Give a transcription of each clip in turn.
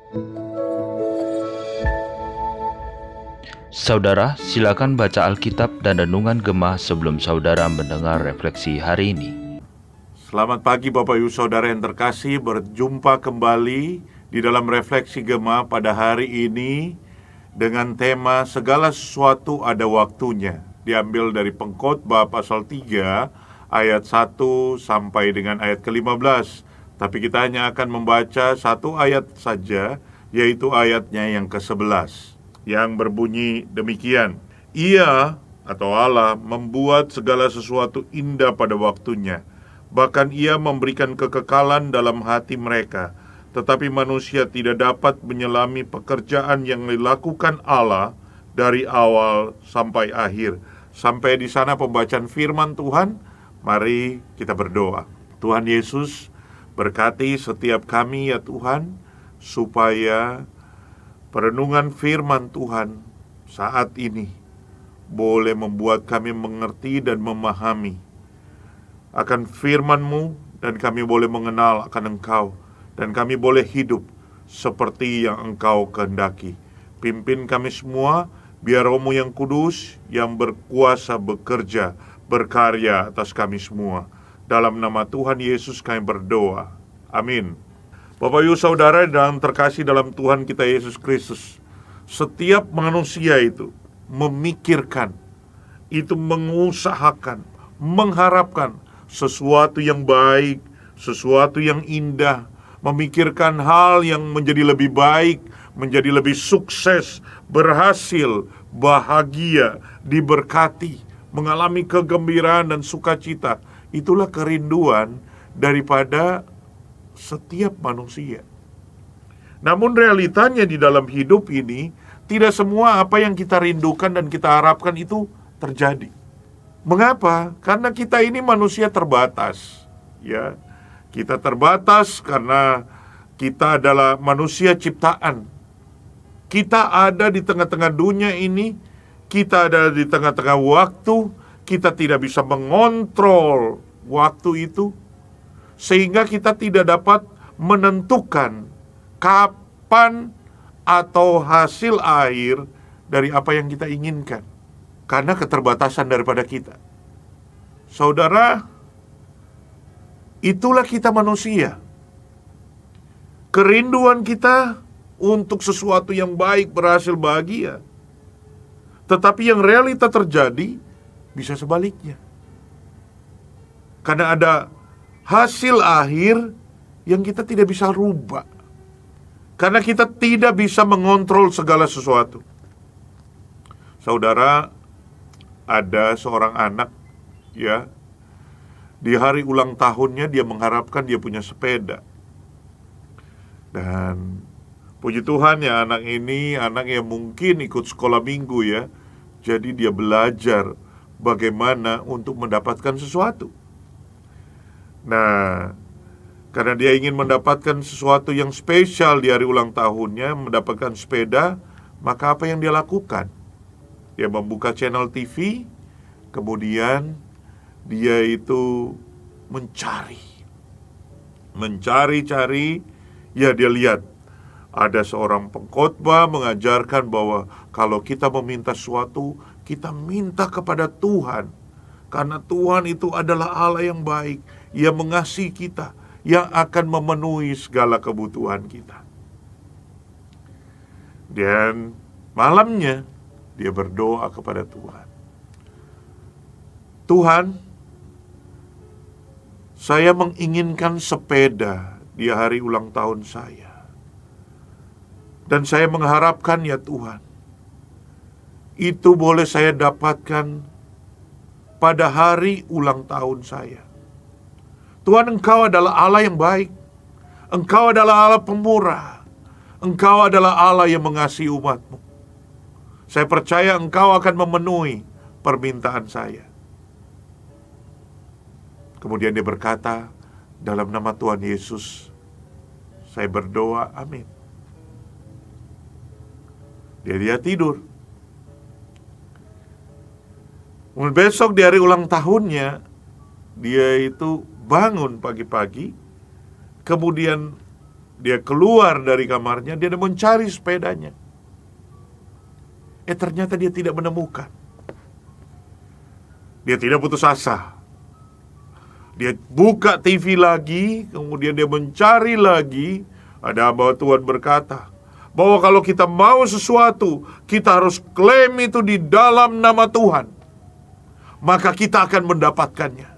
Saudara, silakan baca Alkitab dan Renungan Gemah sebelum saudara mendengar refleksi hari ini. Selamat pagi Bapak Ibu Saudara yang terkasih, berjumpa kembali di dalam refleksi Gemah pada hari ini dengan tema segala sesuatu ada waktunya. Diambil dari Pengkhotbah pasal 3 ayat 1 sampai dengan ayat ke-15. Tapi kita hanya akan membaca satu ayat saja, yaitu ayatnya yang ke-11, yang berbunyi demikian. Ia atau Allah membuat segala sesuatu indah pada waktunya. Bahkan ia memberikan kekekalan dalam hati mereka. Tetapi manusia tidak dapat menyelami pekerjaan yang dilakukan Allah dari awal sampai akhir. Sampai di sana pembacaan firman Tuhan. Mari kita berdoa. Tuhan Yesus, berkati setiap kami ya Tuhan, supaya perenungan firman Tuhan saat ini boleh membuat kami mengerti dan memahami akan firman-Mu, dan kami boleh mengenal akan Engkau, dan kami boleh hidup seperti yang Engkau kehendaki. Pimpin kami semua, biar Roh-Mu yang kudus, yang berkuasa bekerja, berkarya atas kami semua. Dalam nama Tuhan Yesus kami berdoa. Amin. Bapak Ibu Saudara yang terkasih dalam Tuhan kita Yesus Kristus, setiap manusia itu memikirkan, itu mengusahakan, mengharapkan sesuatu yang baik, sesuatu yang indah, memikirkan hal yang menjadi lebih baik, menjadi lebih sukses, berhasil, bahagia, diberkati, mengalami kegembiraan dan sukacita. Itulah kerinduan daripada setiap manusia. Namun realitanya di dalam hidup ini, tidak semua apa yang kita rindukan dan kita harapkan itu terjadi. Mengapa? Karena kita ini manusia terbatas, ya. Kita terbatas karena kita adalah manusia ciptaan. Kita ada di tengah-tengah dunia ini, kita ada di tengah-tengah waktu, kita tidak bisa mengontrol waktu itu, sehingga kita tidak dapat menentukan kapan atau hasil akhir dari apa yang kita inginkan, karena keterbatasan daripada kita. Saudara, itulah kita manusia. Kerinduan kita untuk sesuatu yang baik, berhasil, bahagia. Tetapi yang realita terjadi bisa sebaliknya. Karena ada hasil akhir yang kita tidak bisa rubah. Karena kita tidak bisa mengontrol segala sesuatu. Saudara, ada seorang anak, ya, di hari ulang tahunnya dia mengharapkan dia punya sepeda. Dan puji Tuhan ya, anak ini anak yang mungkin ikut sekolah minggu ya. Jadi dia belajar bagaimana untuk mendapatkan sesuatu. Nah, karena dia ingin mendapatkan sesuatu yang spesial di hari ulang tahunnya, mendapatkan sepeda, maka apa yang dia lakukan? Dia membuka channel TV, kemudian dia itu mencari, ya dia lihat ada seorang pengkhotbah mengajarkan bahwa kalau kita meminta sesuatu, kita minta kepada Tuhan, karena Tuhan itu adalah Allah yang baik, Ia mengasihi kita, yang akan memenuhi segala kebutuhan kita. Dan malamnya dia berdoa kepada Tuhan. Tuhan, saya menginginkan sepeda di hari ulang tahun saya. Dan saya mengharapkan ya Tuhan, itu boleh saya dapatkan pada hari ulang tahun saya. Tuhan, Engkau adalah Allah yang baik. Engkau adalah Allah pemurah. Engkau adalah Allah yang mengasihi umat-Mu. Saya percaya Engkau akan memenuhi permintaan saya. Kemudian dia berkata, dalam nama Tuhan Yesus, saya berdoa, amin. Dia tidur. Kemudian besok di hari ulang tahunnya, dia itu bangun pagi-pagi, kemudian Dia keluar dari kamarnya, dia mencari sepedanya. Ternyata dia tidak menemukan. Dia tidak putus asa. Dia buka TV lagi, kemudian dia mencari lagi. Ada hamba Tuhan berkata bahwa kalau kita mau sesuatu, kita harus klaim itu di dalam nama Tuhan, maka kita akan mendapatkannya.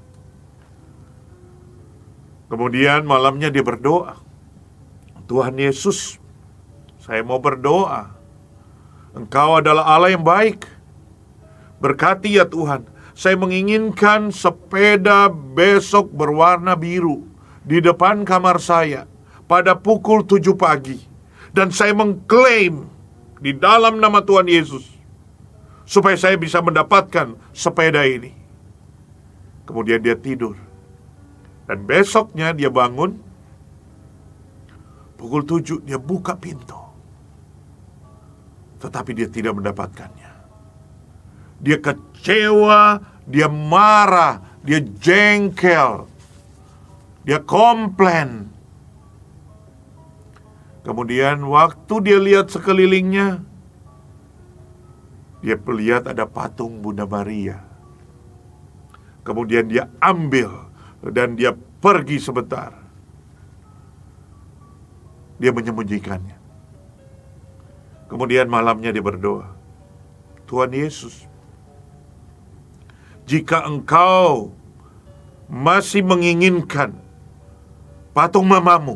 Kemudian malamnya dia berdoa, Tuhan Yesus, saya mau berdoa. Engkau adalah Allah yang baik. Berkati ya Tuhan, saya menginginkan sepeda besok berwarna biru di depan kamar saya pada pukul 7 pagi. Dan saya mengklaim di dalam nama Tuhan Yesus, supaya saya bisa mendapatkan sepeda ini. Kemudian dia tidur. Dan besoknya dia bangun, pukul 7 dia buka pintu. Tetapi dia tidak mendapatkannya. Dia kecewa, dia marah, dia jengkel, dia komplain. Kemudian waktu dia lihat sekelilingnya, dia melihat ada patung Bunda Maria. Kemudian dia ambil dan dia pergi sebentar. Dia menyembunyikannya. Kemudian malamnya dia berdoa, Tuhan Yesus, jika Engkau masih menginginkan patung mamamu,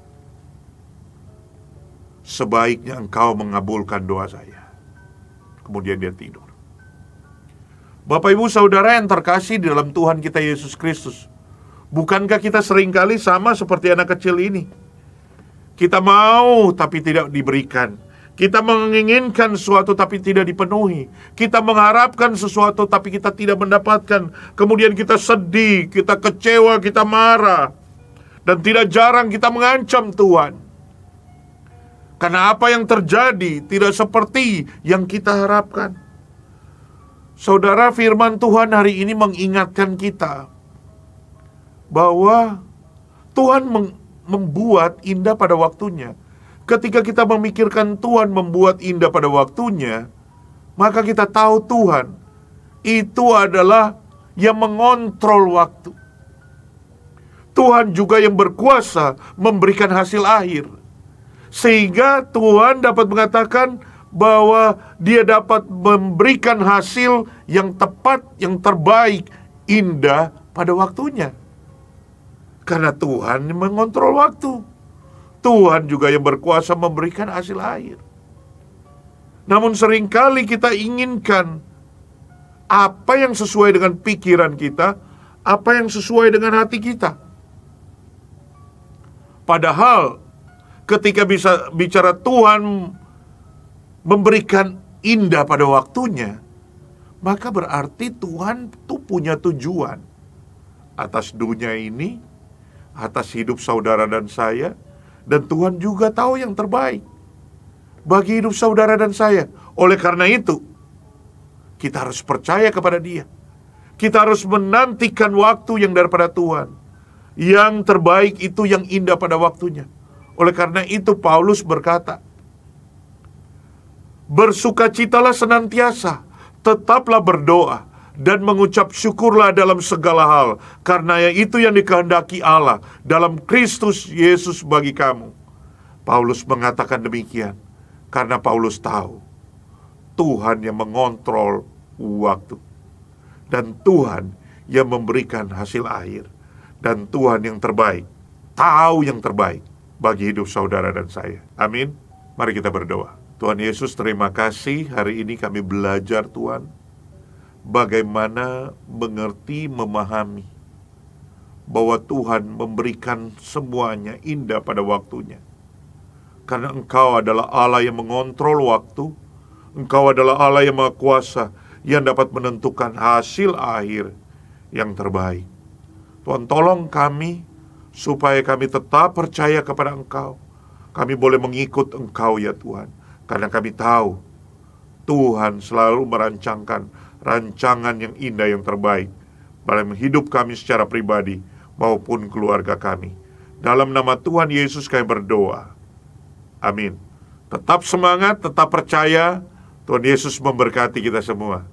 sebaiknya Engkau mengabulkan doa saya. Kemudian dia tidur. Bapak ibu saudara yang terkasih di dalam Tuhan kita Yesus Kristus, bukankah kita seringkali sama seperti anak kecil ini? Kita mau tapi tidak diberikan. Kita menginginkan sesuatu tapi tidak dipenuhi. Kita mengharapkan sesuatu tapi kita tidak mendapatkan. Kemudian kita sedih, kita kecewa, kita marah. Dan tidak jarang kita mengancam Tuhan. Karena apa yang terjadi tidak seperti yang kita harapkan. Saudara, firman Tuhan hari ini mengingatkan kita bahwa Tuhan membuat indah pada waktunya. Ketika kita memikirkan Tuhan membuat indah pada waktunya, maka kita tahu Tuhan itu adalah yang mengontrol waktu. Tuhan juga yang berkuasa memberikan hasil akhir. Sehingga Tuhan dapat mengatakan bahwa Dia dapat memberikan hasil yang tepat, yang terbaik, indah pada waktunya. Karena Tuhan mengontrol waktu. Tuhan juga yang berkuasa memberikan hasil akhir. Namun seringkali kita inginkan apa yang sesuai dengan pikiran kita, apa yang sesuai dengan hati kita. Padahal ketika bisa bicara Tuhan memberikan indah pada waktunya, maka berarti Tuhan tuh punya tujuan atas dunia ini, atas hidup saudara dan saya. Dan Tuhan juga tahu yang terbaik bagi hidup saudara dan saya. Oleh karena itu, kita harus percaya kepada Dia. Kita harus menantikan waktu yang daripada Tuhan. Yang terbaik itu yang indah pada waktunya. Oleh karena itu Paulus berkata, bersukacitalah senantiasa, tetaplah berdoa, dan mengucap syukurlah dalam segala hal, karena itu yang dikehendaki Allah dalam Kristus Yesus bagi kamu. Paulus mengatakan demikian karena Paulus tahu Tuhan yang mengontrol waktu, dan Tuhan yang memberikan hasil akhir, dan Tuhan yang terbaik, tahu yang terbaik bagi hidup saudara dan saya. Amin. Mari kita berdoa. Tuhan Yesus, terima kasih hari ini kami belajar Tuhan bagaimana mengerti, memahami bahwa Tuhan memberikan semuanya indah pada waktunya. Karena Engkau adalah Allah yang mengontrol waktu. Engkau adalah Allah yang Maha Kuasa, yang dapat menentukan hasil akhir yang terbaik. Tuhan, tolong kami supaya kami tetap percaya kepada Engkau. Kami boleh mengikut Engkau ya Tuhan, karena kami tahu Tuhan selalu merancangkan rancangan yang indah, yang terbaik dalam hidup kami secara pribadi maupun keluarga kami. Dalam nama Tuhan Yesus kami berdoa. Amin. Tetap semangat, tetap percaya. Tuhan Yesus memberkati kita semua.